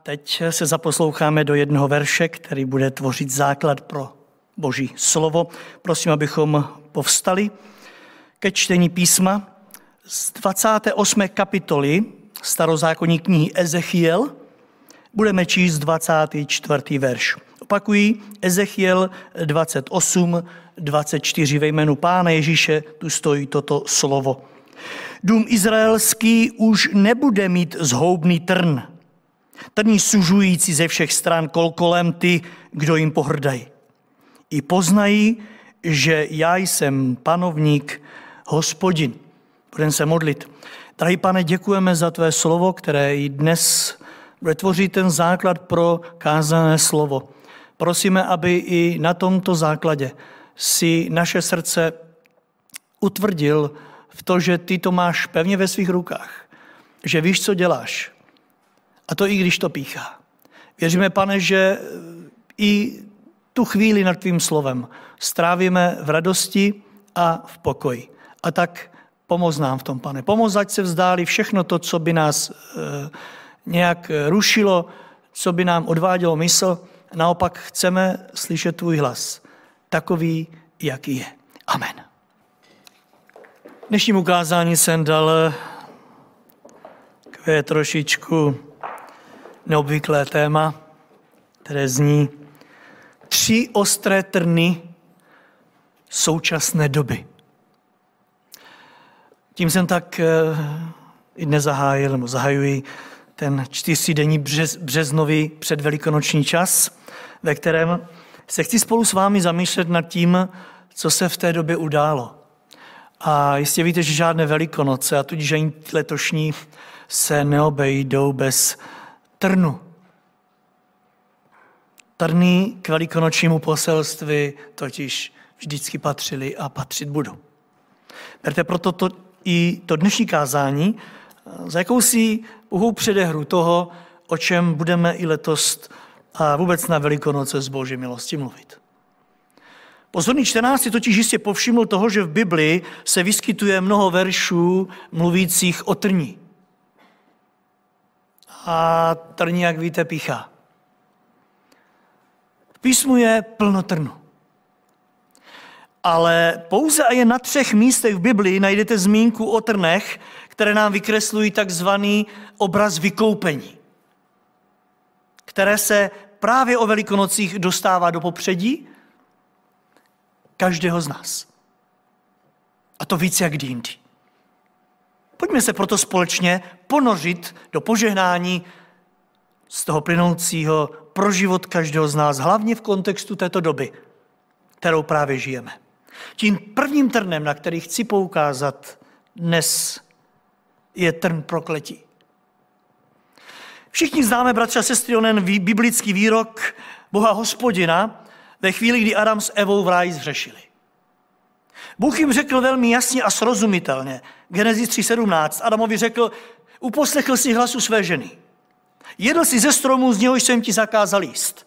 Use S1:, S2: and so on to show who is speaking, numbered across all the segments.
S1: Teď se zaposloucháme do jednoho verše, který bude tvořit základ pro Boží slovo. Prosím, abychom povstali ke čtení písma z 28. kapitoly starozákonní knihy Ezechiel. Budeme číst 24. verš. Opakuji, Ezechiel 28, 24. Ve jménu Pána Ježíše tu stojí toto slovo. Dům izraelský už nebude mít zhoubný trn, trní sužující ze všech stran kolem ty, kdo jim pohrdají. I poznají, že já jsem panovník, Hospodin. Budeme se modlit. Drahý Pane, děkujeme za tvé slovo, které i dnes bude tvořit ten základ pro kázané slovo. Prosíme, aby i na tomto základě si naše srdce utvrdil v to, že ty to máš pevně ve svých rukách, že víš, co děláš. A to i když to píchá. Věříme, Pane, že i tu chvíli nad tvým slovem strávíme v radosti a v pokoji. A tak pomoz nám v tom, Pane. Pomoz, ať se vzdálí všechno to, co by nás nějak rušilo, co by nám odvádělo mysl. Naopak chceme slyšet tvůj hlas, takový, jaký je. Amen. Dnešním ukázání jsem dal takové trošičku neobvyklé téma, které zní 3 ostré trny současné doby. Tím jsem tak i dnes zahajuji ten 4denní březnový předvelikonoční čas, ve kterém se chci spolu s vámi zamýšlet nad tím, co se v té době událo. A jistě víte, že žádné Velikonoce, a tudíž ani letošní, se neobejdou bez trnu. Trny k velikonočnímu poselství totiž vždycky patřily a patřit budou. Berte proto i to dnešní kázání za jakousi uhou předehru toho, o čem budeme i letos a vůbec na Velikonoce z Boží milosti mluvit. Pozorný čtenář si totiž jistě povšiml toho, že v Biblii se vyskytuje mnoho veršů mluvících o trní. A trní, jak víte, píchá. V písmu je plno trnu. Ale pouze a jen na 3 místech v Biblii najdete zmínku o trnech, které nám vykreslují takzvaný obraz vykoupení, které se právě o Velikonocích dostává do popředí každého z nás. A to víc jak kdy jindy. Pojďme se proto společně ponořit do požehnání z toho plynoucího pro život každého z nás, hlavně v kontextu této doby, kterou právě žijeme. Tím prvním trnem, na který chci poukázat dnes, je trn prokletí. Všichni známe, bratři a sestry, onen biblický výrok Boha Hospodina ve chvíli, kdy Adam s Evou v ráji zhřešili. Bůh jim řekl velmi jasně a srozumitelně, Genesis 3.17, Adamovi řekl, uposlechl si hlasu své ženy. Jedl si ze stromu, z něhož jsem ti zakázal jíst.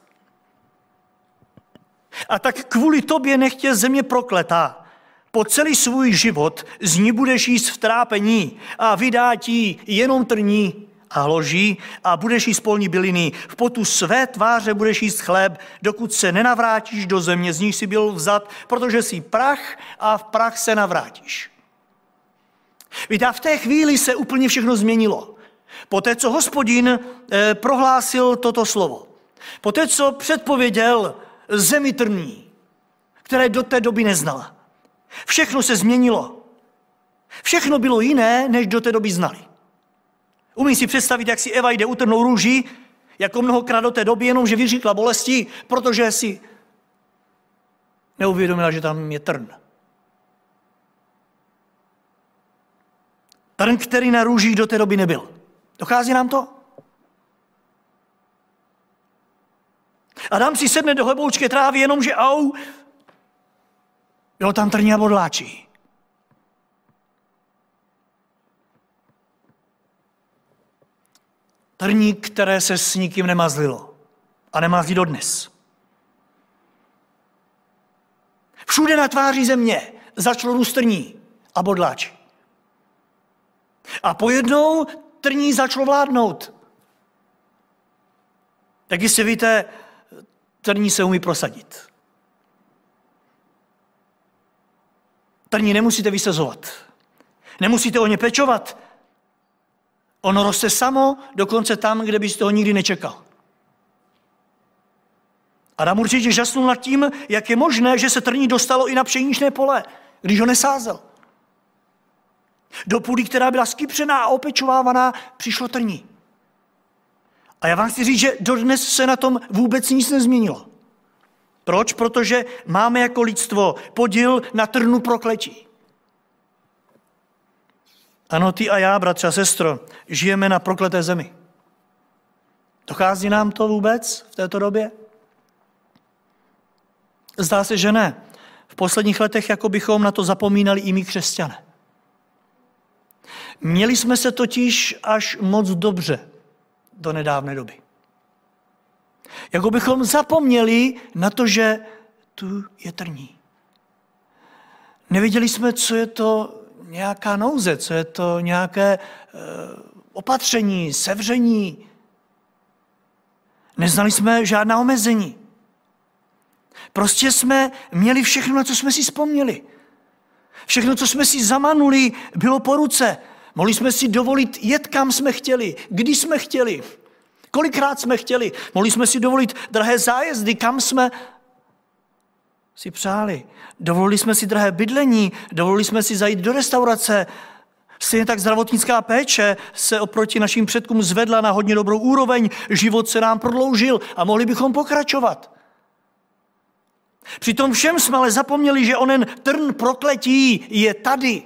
S1: A tak kvůli tobě nechtě země prokletá. Po celý svůj život z ní budeš jíst v trápení a vydá ti jenom trní a hloží a budeš jíst polní byliny. V potu své tváře budeš jíst chléb, dokud se nenavrátíš do země, z níž jsi byl vzat, protože jsi prach a v prach se navrátíš. Víte, a v té chvíli se úplně všechno změnilo. Poté, co Hospodin prohlásil toto slovo, poté, co předpověděl zemi trní, které do té doby neznala. Všechno se změnilo. Všechno bylo jiné, než do té doby znali. Umím si představit, jak si Eva jde utrhnout růži, jako mnohokrát do té doby, jenomže vyříkla bolesti, protože si neuvědomila, že tam je trn. Trn, který na růžích do té doby nebyl. Dochází nám to? Adam si sedne do heboučké trávy, jenomže bylo tam trní a bodláčí. Trní, které se s nikým nemazlilo a nemazlí dodnes. Všude na tváři země začalo růst trní a bodláčí. A pojednou trní začalo vládnout. Tak jistě víte, trní se umí prosadit. Trní nemusíte vysazovat. Nemusíte o ně pečovat. Ono roste samo, dokonce tam, kde byste ho nikdy nečekal. Adam určitě žasnul nad tím, jak je možné, že se trní dostalo i na pšeničné pole, když ho nesázel. Do půdy, která byla skypřená a opečovávaná, přišlo trní. A já vám chci říct, že dodnes se na tom vůbec nic nezměnilo. Proč? Protože máme jako lidstvo podíl na trnu prokletí. Ano, ty a já, bratře a sestro, žijeme na prokleté zemi. Dochází nám to vůbec v této době? Zdá se, že ne. V posledních letech jako bychom na to zapomínali i my křesťané. Měli jsme se totiž až moc dobře do nedávné doby. Jako bychom zapomněli na to, že tu je trní. Nevěděli jsme, co je to nějaká nouze, co je to nějaké opatření, sevření. Neznali jsme žádná omezení. Prostě jsme měli všechno, na co jsme si vzpomněli. Všechno, co jsme si zamanuli, bylo po ruce. Mohli jsme si dovolit jet, kam jsme chtěli, kdy jsme chtěli, kolikrát jsme chtěli. Mohli jsme si dovolit drahé zájezdy, kam jsme si přáli. Dovolili jsme si drahé bydlení, dovolili jsme si zajít do restaurace. Stejně tak zdravotnická péče se oproti našim předkům zvedla na hodně dobrou úroveň, život se nám prodloužil a mohli bychom pokračovat. Přitom všem jsme ale zapomněli, že onen trn prokletí je tady.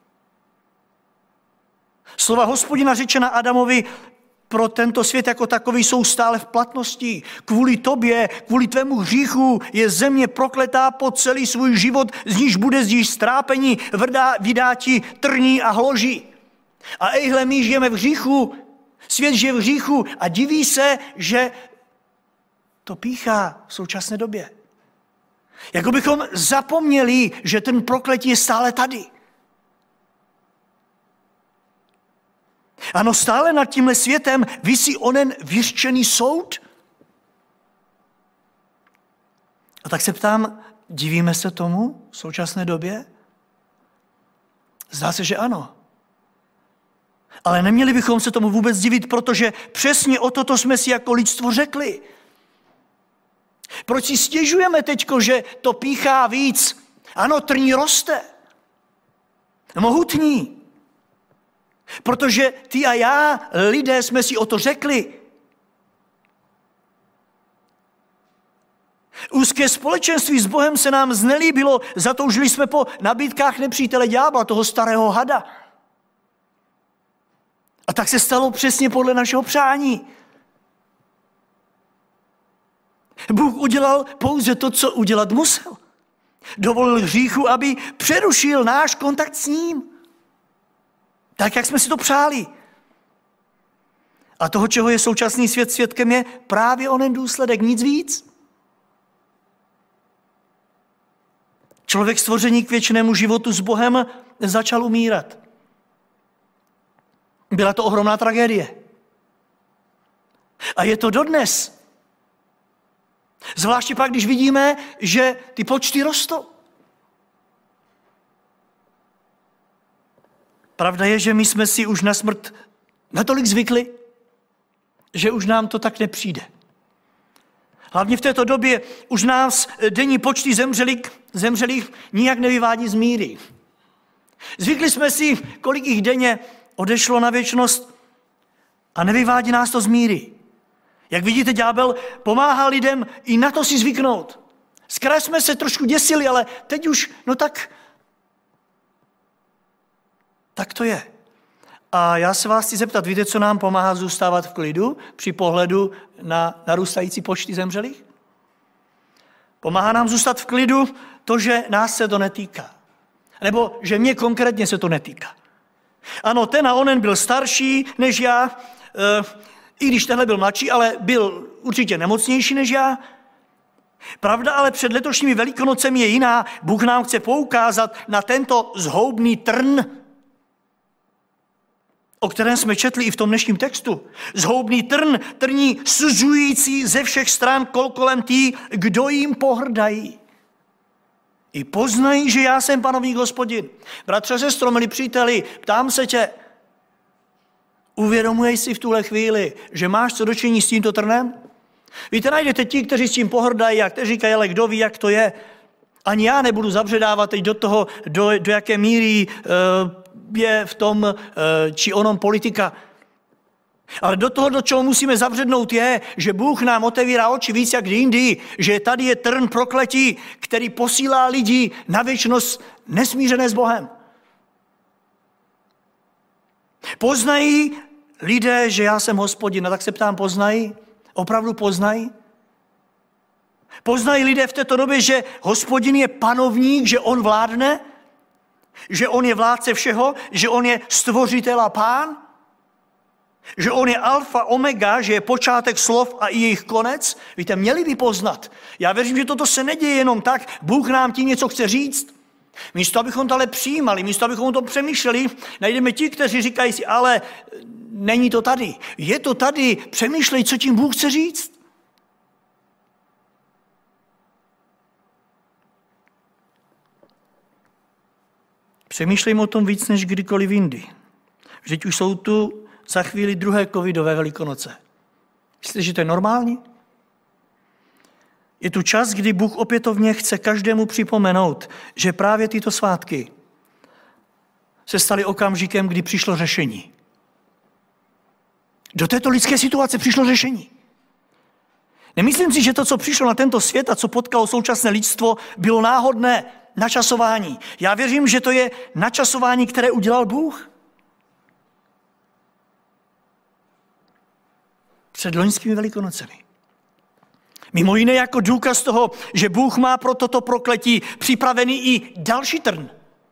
S1: Slova Hospodina řečena Adamovi pro tento svět jako takový jsou stále v platnosti. Kvůli tobě, kvůli tvému hříchu je země prokletá po celý svůj život, z níž bude zjíž strápení, vydá ti trní a hloží. A ejhle, my žijeme v hříchu, svět žije v hříchu a diví se, že to píchá v současné době. Jako bychom zapomněli, že ten prokletí je stále tady. Ano, stále nad tímhle světem visí onen vyřčený soud. A tak se ptám, divíme se tomu v současné době? Zdá se, že ano. Ale neměli bychom se tomu vůbec divit, protože přesně o toto jsme si jako lidstvo řekli. Proč si stěžujeme teďko, že to píchá víc? Ano, trní roste. Mohutní. Protože ty a já, lidé, jsme si o to řekli. Úzké společenství s Bohem se nám znelíbilo, zatoužili jsme po nabídkách nepřítele ďábla, toho starého hada. A tak se stalo přesně podle našeho přání. Bůh udělal pouze to, co udělat musel. Dovolil hříchu, aby přerušil náš kontakt s ním. Tak, jak jsme si to přáli. A toho, čeho je současný svět svědkem, je právě onen důsledek, nic víc. Člověk stvoření k věčnému životu s Bohem začal umírat. Byla to ohromná tragédie. A je to dodnes. Zvláště pak, když vidíme, že ty počty rostou. Pravda je, že my jsme si už na smrt natolik zvykli, že už nám to tak nepřijde. Hlavně v této době už nás denní počty zemřelých nijak nevyvádí z míry. Zvykli jsme si, kolik jich denně odešlo na věčnost a nevyvádí nás to z míry. Jak vidíte, ďábel pomáhá lidem i na to si zvyknout. Zkrátka jsme se trošku děsili, ale teď už, tak to je. A já se vás chci zeptat, víte, co nám pomáhá zůstávat v klidu při pohledu na narůstající počty zemřelých? Pomáhá nám zůstat v klidu to, že nás se to netýká. Nebo že mě konkrétně se to netýká. Ano, ten a onen byl starší než já, i když tenhle byl mladší, ale byl určitě nemocnější než já. Pravda ale před letošními Velikonocemi je jiná. Bůh nám chce poukázat na tento zhoubný trn. o kterém jsme četli i v tom dnešním textu. Zhoubný trn, trní sužující ze všech stran kolem tí, kdo jim pohrdají. I poznají, že já jsem Panovník Hospodin. Bratře, sestro, milí příteli, ptám se tě, uvědomuješ si v tuhle chvíli, že máš co dočinit s tímto trnem? Víte, najdete ti, kteří s tím pohrdají a kteří říkají, ale kdo ví, jak to je. Ani já nebudu zabředávat teď do toho, do jaké míry je v tom či onom politika. Ale do toho, do čeho musíme zabřednout, je, že Bůh nám otevírá oči víc jak jindy, že tady je trn prokletí, který posílá lidi na věčnost nesmířené s Bohem. Poznají lidé, že já jsem Hospodin, a tak se ptám, poznají? Opravdu poznají? Poznají lidé v této době, že Hospodin je panovník, že on vládne, že on je vládce všeho, že on je stvořitel a pán, že on je alfa, omega, že je počátek slov a i jejich konec. Víte, měli by poznat. Já věřím, že toto se neděje jenom tak. Bůh nám tím něco chce říct. Místo, abychom to ale přijímali, místo, abychom to přemýšleli, najdeme ti, kteří říkají si, ale není to tady. Je to tady, přemýšlej, co tím Bůh chce říct. Přemýšlejme o tom víc než kdykoliv jindy. Vždyť už jsou tu za chvíli druhé covidové Velikonoce. Myslíte, že to je normální? Je tu čas, kdy Bůh opětovně chce každému připomenout, že právě tyto svátky se staly okamžikem, kdy přišlo řešení. Do této lidské situace přišlo řešení. Nemyslím si, že to, co přišlo na tento svět a co potkalo současné lidstvo, bylo náhodné načasování. Já věřím, že to je načasování, které udělal Bůh. Před loňskými Velikonocemi. Mimo jiné jako důkaz toho, že Bůh má pro toto prokletí připravený i další trn.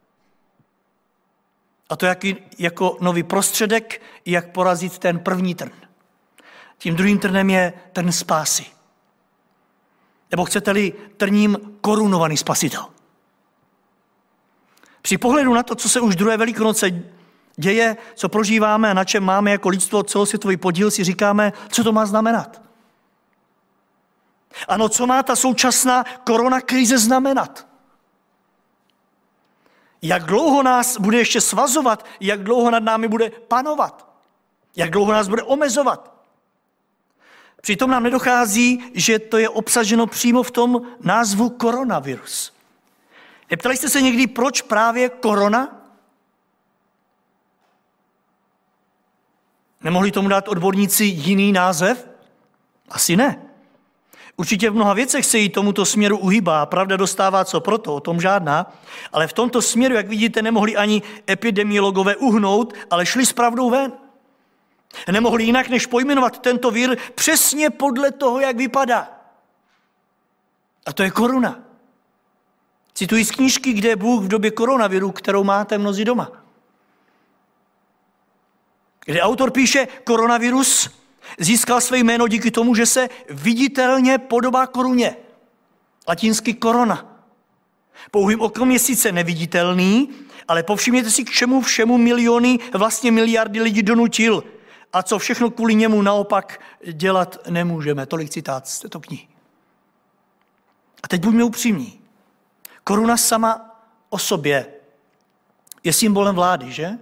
S1: A to jako nový prostředek, jak porazit ten první trn. Tím druhým trnem je trn spásy. Nebo chcete-li trním korunovaný spasitel. Při pohledu na to, co se už druhé Velikonoce děje, co prožíváme a na čem máme jako lidstvo celosvětový podíl, si říkáme, co to má znamenat. Ano, co má ta současná koronakrize znamenat? Jak dlouho nás bude ještě svazovat, jak dlouho nad námi bude panovat, jak dlouho nás bude omezovat. Přitom nám nedochází, že to je obsaženo přímo v tom názvu koronavirus. Neptali jste se někdy, proč právě korona? Nemohli tomu dát odborníci jiný název? Asi ne. Určitě v mnoha věcech se jí tomuto směru uhýbá, pravda dostává co proto, o tom žádná, ale v tomto směru, jak vidíte, nemohli ani epidemiologové uhnout, ale šli s pravdou ven. Nemohli jinak, než pojmenovat tento vir přesně podle toho, jak vypadá. A to je koruna. Cituji z knížky, kde je Bůh v době koronaviru, kterou máte mnozí doma. Kde autor píše, koronavirus získal své jméno díky tomu, že se viditelně podobá koruně. Latinsky korona. Pouhým okem je sice neviditelný, ale povšimněte si, k čemu všemu miliony, vlastně miliardy lidí donutil a co všechno kvůli němu naopak dělat nemůžeme. Tolik citát z této knihy. A teď buďme upřímní. Koruna sama o sobě je symbolem vlády, že?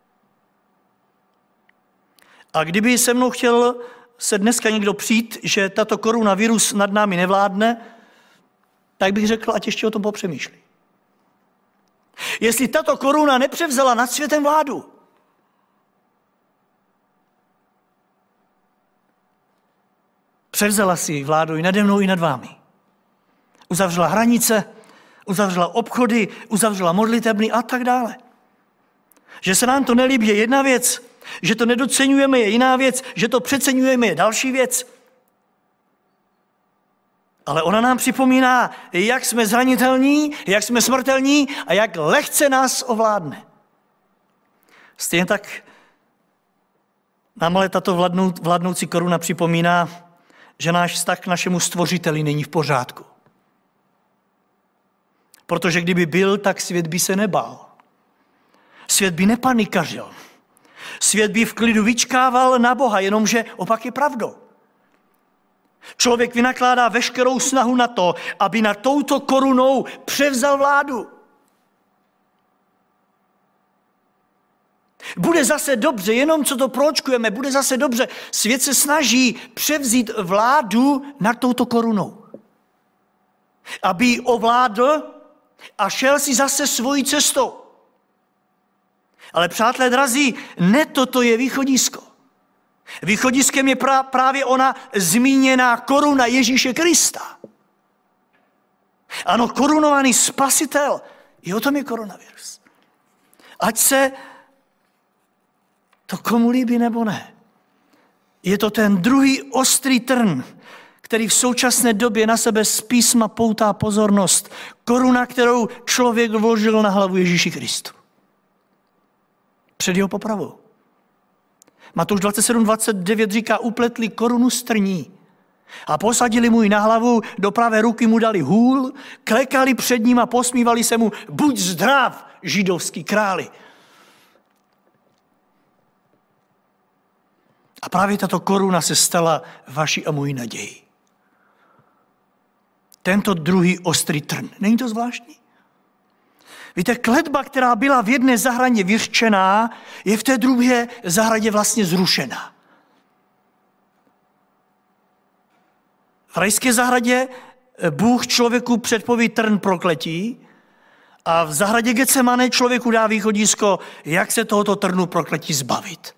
S1: A kdyby se mnou chtěl se dneska někdo přijít, že tato koronavirus nad námi nevládne, tak bych řekl, ať ještě o tom popřemýšlí. Jestli tato koruna nepřevzala nad světem vládu, převzala si vládu i nade mnou, i nad vámi. Uzavřela hranice, uzavřela obchody, uzavřela modlitebny a tak dále. Že se nám to nelíbí je jedna věc, že to nedoceňujeme je jiná věc, že to přeceňujeme je další věc. Ale ona nám připomíná, jak jsme zranitelní, jak jsme smrtelní a jak lehce nás ovládne. Stejně tak nám ale tato vládnoucí koruna připomíná, že náš vztah k našemu stvořiteli není v pořádku. Protože kdyby byl, tak svět by se nebál. Svět by nepanikařil. Svět by v klidu vyčkával na Boha, jenomže opak je pravdou. Člověk vynakládá veškerou snahu na to, aby nad touto korunou převzal vládu. Bude zase dobře, jenom co to proočkujeme, bude zase dobře. Svět se snaží převzít vládu nad touto korunou. Aby ji ovládl a šel si zase svojí cestou. Ale přátelé drazí, ne toto je východisko. Východiskem je právě ona zmíněná koruna Ježíše Krista. Ano, korunovaný spasitel, i o tom je koronavirus. Ať se to komu líbí nebo ne. Je to ten druhý ostrý trn, který v současné době na sebe z písma poutá pozornost. Koruna, kterou člověk vložil na hlavu Ježíši Kristu. Před jeho popravou. Matouš 27:29 říká, upletli korunu z trní a posadili mu ji na hlavu, do pravé ruky mu dali hůl, klekali před ním a posmívali se mu, buď zdrav, židovský králi. A právě tato koruna se stala vaší a mojí nadějí. Tento druhý ostrý trn. Není to zvláštní? Víte, kletba, která byla v jedné zahradě vyřčená, je v té druhé zahradě vlastně zrušená. V rajské zahradě Bůh člověku předpoví trn prokletí a v zahradě Getsemane člověku dá východisko, jak se tohoto trnu prokletí zbavit.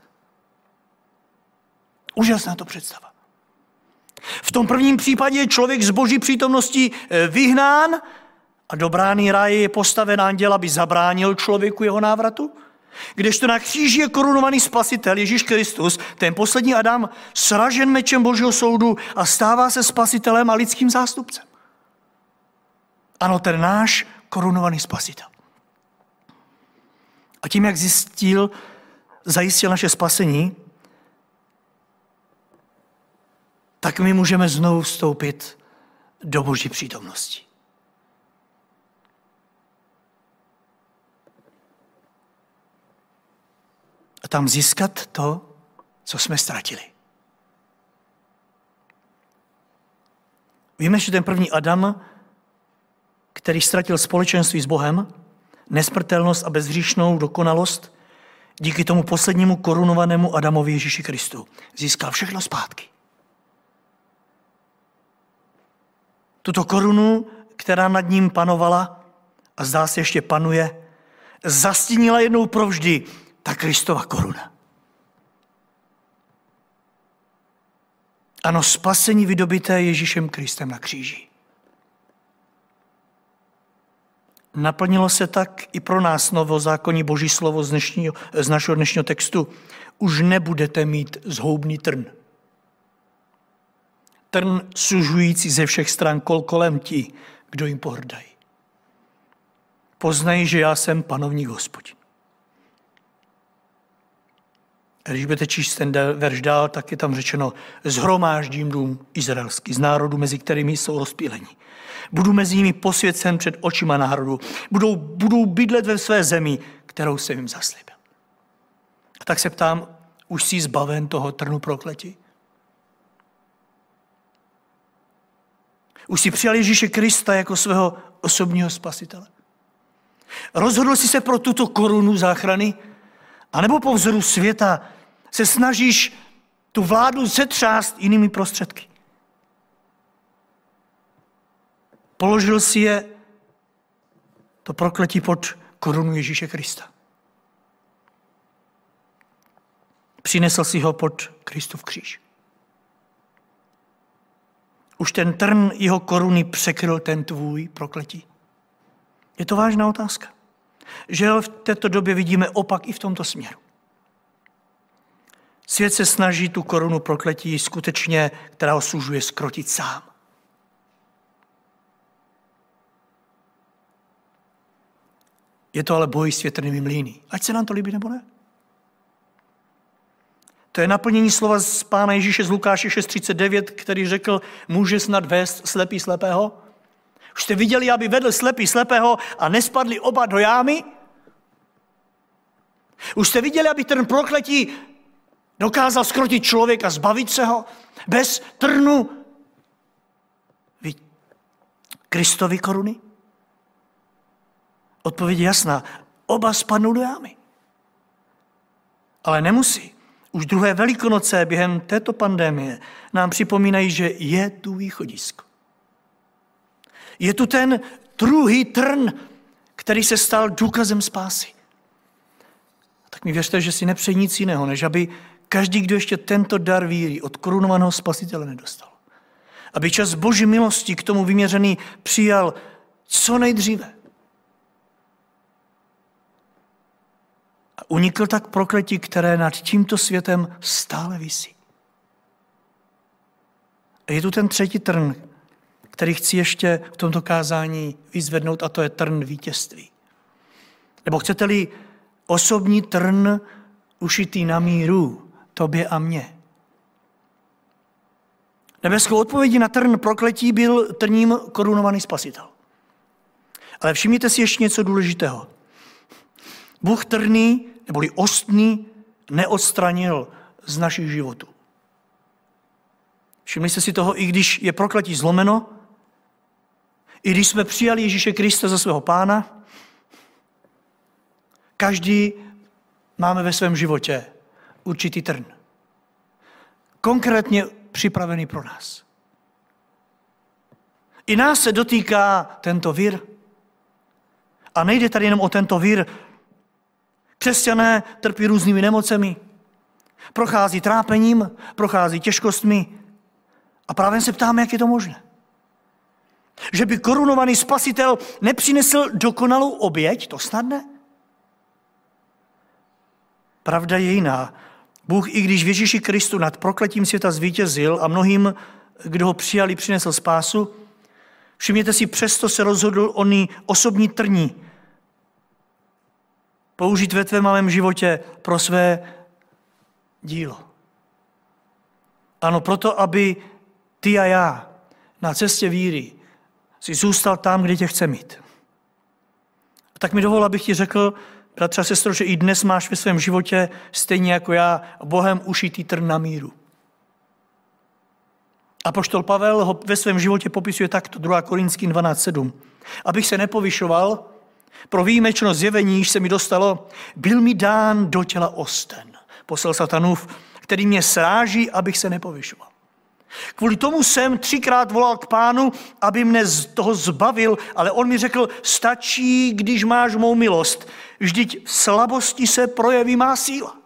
S1: Úžasná to představa. V tom prvním případě je člověk z boží přítomnosti vyhnán a do brány ráje je postaven anděl, aby zabránil člověku jeho návratu. Kdežto na kříži je korunovaný spasitel Ježíš Kristus, ten poslední Adam, sražen mečem božího soudu a stává se spasitelem a lidským zástupcem. Ano, ten náš korunovaný spasitel. A tím, jak zajistil naše spasení, tak my můžeme znovu vstoupit do boží přítomnosti. A tam získat to, co jsme ztratili. Víme, že ten první Adam, který ztratil společenství s Bohem, nesmrtelnost a bezhříšnou dokonalost, díky tomu poslednímu korunovanému Adamovi Ježíši Kristu získal všechno zpátky. Tuto korunu, která nad ním panovala a zdá se ještě panuje, zastínila jednou provždy ta Kristova koruna. Ano, spasení vydobité Ježíšem Kristem na kříži. Naplnilo se tak i pro nás novozákonní boží slovo z našeho dnešního textu. Už nebudete mít zhoubný trn. Trn sužující ze všech stran kolem ti, kdo jim pohrdají. Poznají, že já jsem panovník Hospodin. A když budete číst ten verš dál, tak je tam řečeno, shromáždím dům izraelský z národů, mezi kterými jsou rozpílení. Budu mezi nimi posvěcen před očima národu. Budou bydlet ve své zemi, kterou jsem jim zaslíbil. A tak se ptám, už jsi zbaven toho trnu prokletí? Už jsi přijal Ježíše Krista jako svého osobního spasitele? Rozhodl jsi se pro tuto korunu záchrany? A nebo po vzoru světa se snažíš tu vládu setřást jinými prostředky? Položil si je to prokletí pod korunu Ježíše Krista. Přinesl si ho pod Kristův kříž. Už ten trn jeho koruny překryl ten tvůj prokletí? Je to vážná otázka. Že v této době vidíme opak i v tomto směru. Svět se snaží tu korunu prokletí skutečně, která ho sužuje, zkrotit sám. Je to ale boj s větrnými mlýny. Ať se nám to líbí nebo ne. To je naplnění slova z Pána Ježíše z Lukáše 6:39, který řekl, může snad vést slepý slepého? Už jste viděli, aby vedl slepý slepého a nespadli oba do jámy? Už jste viděli, aby trn prokletí dokázal zkrotit člověka, zbavit se ho? Bez trnu Kristovy koruny? Odpověď je jasná. Oba spadnou do jámy. Ale nemusí. Už druhé Velikonoce během této pandemie nám připomínají, že je tu východisko. Je tu ten druhý trn, který se stal důkazem spásy. Tak mi věřte, že si nepřeji nic jiného, než aby každý, kdo ještě tento dar víry od korunovaného Spasitele nedostal. Aby čas Boží milosti k tomu vyměřený přijal co nejdříve. A unikl tak prokletí, které nad tímto světem stále visí. A je tu ten třetí trn, který chci ještě v tomto kázání vyzvednout, a to je trn vítězství. Nebo chcete-li osobní trn ušitý na míru tobě a mně. Nebeskou odpovědí na trn prokletí byl trním korunovaný Spasitel. Ale všimněte si ještě něco důležitého. Bůh trný, neboli ostný, neodstranil z našich životů. Všimli jste si toho, i když je prokletí zlomeno, i když jsme přijali Ježíše Krista za svého Pána, každý máme ve svém životě určitý trn. Konkrétně připravený pro nás. I nás se dotýká tento vir. A nejde tady jenom o tento vir. Křesťané trpí různými nemocemi, prochází trápením, prochází těžkostmi. A právě se ptáme, jak je to možné. Že by korunovaný Spasitel nepřinesl dokonalou oběť, to snad ne. Pravda je jiná. Bůh, i když v Ježíši Kristu nad prokletím světa zvítězil a mnohým, kdo ho přijali, přinesl spásu, všimněte si, přesto se rozhodl oný osobní trní použít ve tvém malém životě pro své dílo. Ano, proto, aby ty a já na cestě víry si zůstal tam, kde tě chce mít. A tak mi dovol, abych ti řekl, bratře a sestro, že i dnes máš ve svém životě, stejně jako já, Bohem ušitý trn na míru. Apoštol Pavel ho ve svém životě popisuje takto, 2. Korinským 12:7. Abych se nepovyšoval, pro výjimečnost zjevení, již se mi dostalo, byl mi dán do těla osten. Posel Satanův, který mě sráží, abych se nepovyšoval. Kvůli tomu jsem 3krát volal k Pánu, aby mne z toho zbavil, ale on mi řekl, stačí, když máš mou milost. Vždyť v slabosti se projeví má síla.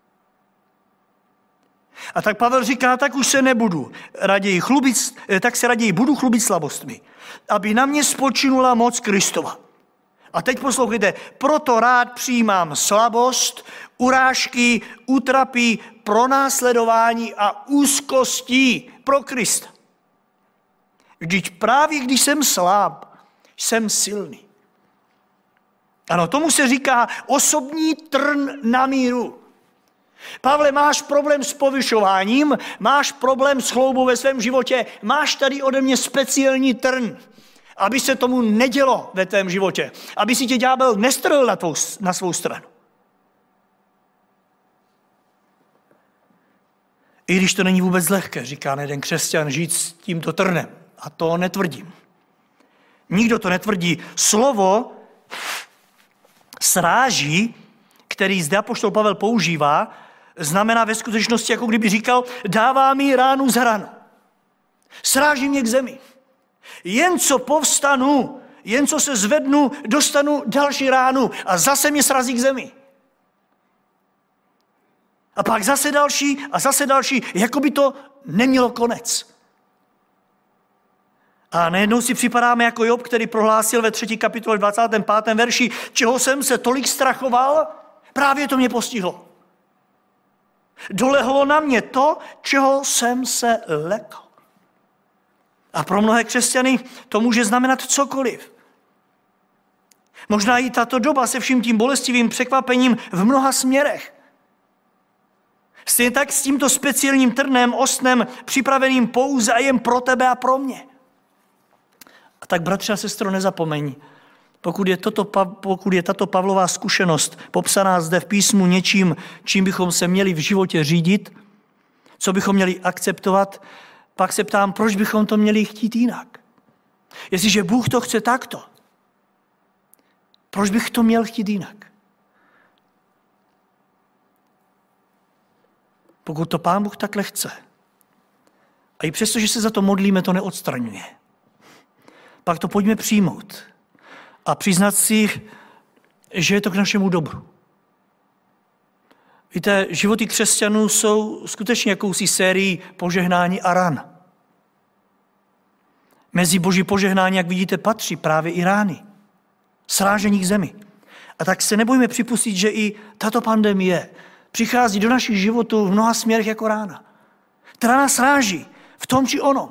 S1: A tak Pavel říká, tak už se nebudu raději chlubit, tak se raději budu chlubit slabostmi, aby na mě spočinula moc Kristova. A teď poslouchejte, proto rád přijímám slabost, urážky, útrapy, pronásledování a úzkostí pro Krista. Vždyť právě když jsem slab, jsem silný. Ano, tomu se říká osobní trn na míru. Pavle, máš problém s povyšováním, máš problém s chloubou ve svém životě, máš tady ode mě speciální trn, aby se tomu nedělo ve tvém životě, aby si tě ďábel nestrhl na svou stranu. I když to není vůbec lehké, říká jeden křesťan, žít s tímto trnem. A to netvrdím. Nikdo to netvrdí. Slovo sráží, který zde apoštol Pavel používá, znamená ve skutečnosti, jako kdyby říkal, dává mi ránu za ranu. Sráží mě k zemi. Jen co povstanu, jen co se zvednu, dostanu další ránu a zase mě srazí k zemi. A pak zase další, jako by to nemělo konec. A najednou si připadáme jako Job, který prohlásil ve 3. kapitole 25. verši, čeho jsem se tolik strachoval, právě to mě postihlo. Dolehlo na mě to, čeho jsem se lekl. A pro mnohé křesťany to může znamenat cokoliv. Možná i tato doba se vším tím bolestivým překvapením v mnoha směrech. Stejně tak s tímto speciálním trnem, ostnem, připraveným pouze a jen pro tebe a pro mě. A tak, bratře a sestro, nezapomeň, pokud je tato Pavlová zkušenost popsaná zde v písmu něčím, čím bychom se měli v životě řídit, co bychom měli akceptovat, pak se ptám, proč bychom to měli chtít jinak. Jestliže Bůh to chce takto, proč bych to měl chtít jinak? Pokud to Pán Bůh takhle chce, a i přesto, že se za to modlíme, to neodstraňuje, pak to pojďme přijmout a přiznat si, že je to k našemu dobru. Víte, životy křesťanů jsou skutečně jakousi sérií požehnání a ran. Mezi Boží požehnání, jak vidíte, patří právě i rány, srážení k zemi. A tak se nebojme připustit, že i tato pandemie přichází do našich životů v mnoha směrech jako rána, která nás ráží v tom či onom.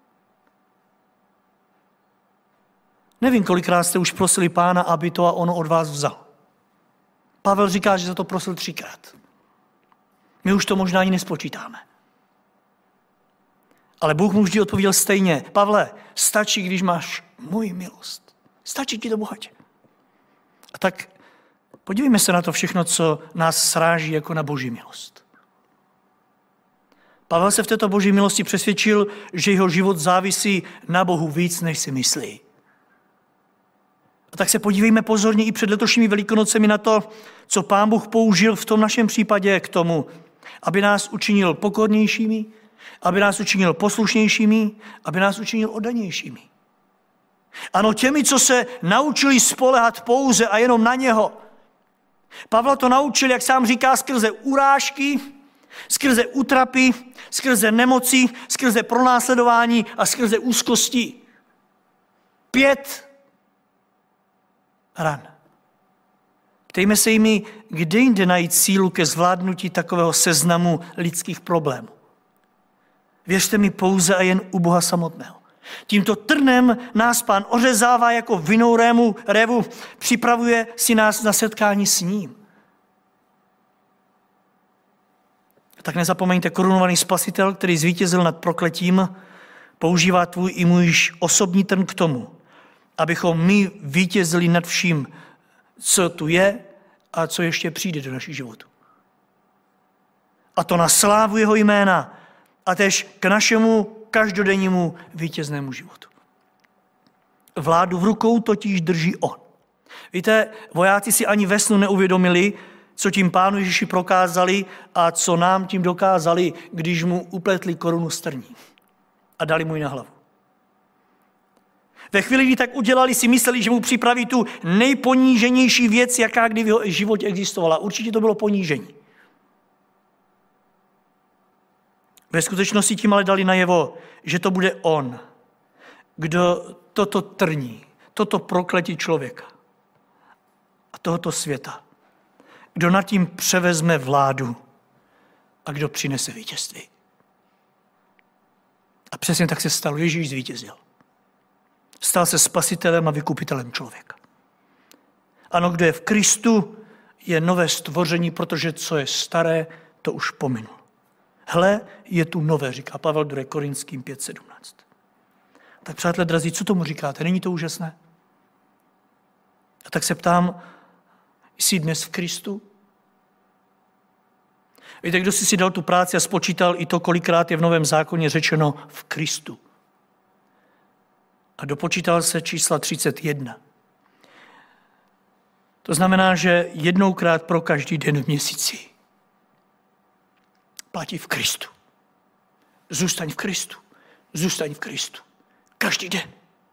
S1: Nevím, kolikrát jste už prosili Pána, aby to a ono od vás vzal. Pavel říká, že za to prosil 3krát. My už to možná ani nespočítáme. Ale Bůh mu vždy odpověděl stejně. Pavle, stačí, když máš moji milost. Stačí ti to bohatě. A tak podívejme se na to všechno, co nás sráží jako na Boží milost. Pavel se v této Boží milosti přesvědčil, že jeho život závisí na Bohu víc, než si myslí. A tak se podívejme pozorně i před letošními Velikonocemi na to, co Pán Bůh použil v tom našem případě k tomu, aby nás učinil pokornějšími, aby nás učinil poslušnějšími, aby nás učinil oddanějšími. Ano, těmi, co se naučili spoléhat pouze a jenom na něho. Pavel to naučil, jak sám říká, skrze urážky, skrze útrapy, skrze nemoci, skrze pronásledování a skrze úzkosti. 5 ran. Ptejme se jimi, kde jinde najít sílu ke zvládnutí takového seznamu lidských problémů. Věřte mi pouze a jen u Boha samotného. Tímto trnem nás Pán ořezává jako vinnou révu, připravuje si nás na setkání s ním. Tak nezapomeňte, korunovaný Spasitel, který zvítězil nad prokletím, používá tvůj i můj osobní trn k tomu, abychom my vítězili nad vším, co tu je a co ještě přijde do našich životů. A to na slávu jeho jména a též k našemu každodennímu vítěznému životu. Vládu v rukou totiž drží on. Víte, vojáci si ani ve snu neuvědomili, co tím Pánu Ježíši prokázali a co nám tím dokázali, když mu upletli korunu z trní a dali mu ji na hlavu. Ve chvíli, kdy tak udělali, si mysleli, že mu připraví tu nejponíženější věc, jaká kdy v jeho životě existovala. Určitě to bylo ponížení. Ve skutečnosti tím ale dali najevo, že to bude on, kdo toto trní, toto prokletí člověka a tohoto světa, kdo nad tím převezme vládu a kdo přinese vítězství. A přesně tak se stalo. Ježíš zvítězil. Stal se spasitelem a vykupitelem člověka. Ano, kdo je v Kristu, je nové stvoření, protože co je staré, to už pominulo. Hle, je tu nové, říká Pavel 2. Korinským 5:17. Tak přátelé drazí, co tomu říkáte? Není to úžasné? A tak se ptám, jsi dnes v Kristu? Víte, kdo si dal tu práci a spočítal i to, kolikrát je v Novém zákoně řečeno v Kristu. A dopočítal se čísla 31. To znamená, že jednoukrát pro každý den v měsíci platí v Kristu. Zůstaň v Kristu. Zůstaň v Kristu. Každý den.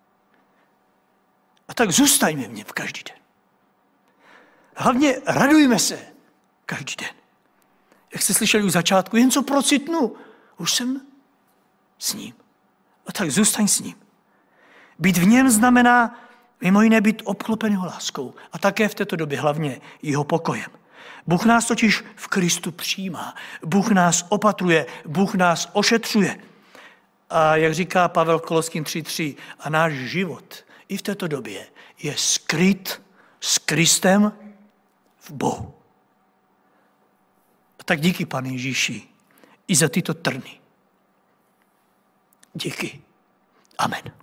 S1: A tak zůstaňme v něm v každý den. Hlavně radujme se každý den. Jak jste slyšeli u začátku, jen co procitnu, už jsem s ním. A tak zůstaň s ním. Být v něm znamená mimo jiné být obklopen jeho láskou a také v této době hlavně jeho pokojem. Bůh nás totiž v Kristu přijímá. Bůh nás opatruje, Bůh nás ošetřuje. A jak říká Pavel Koloským 3:3, a náš život i v této době je skryt s Kristem v Bohu. A tak díky, Pane Ježíši, i za tyto trny. Díky. Amen.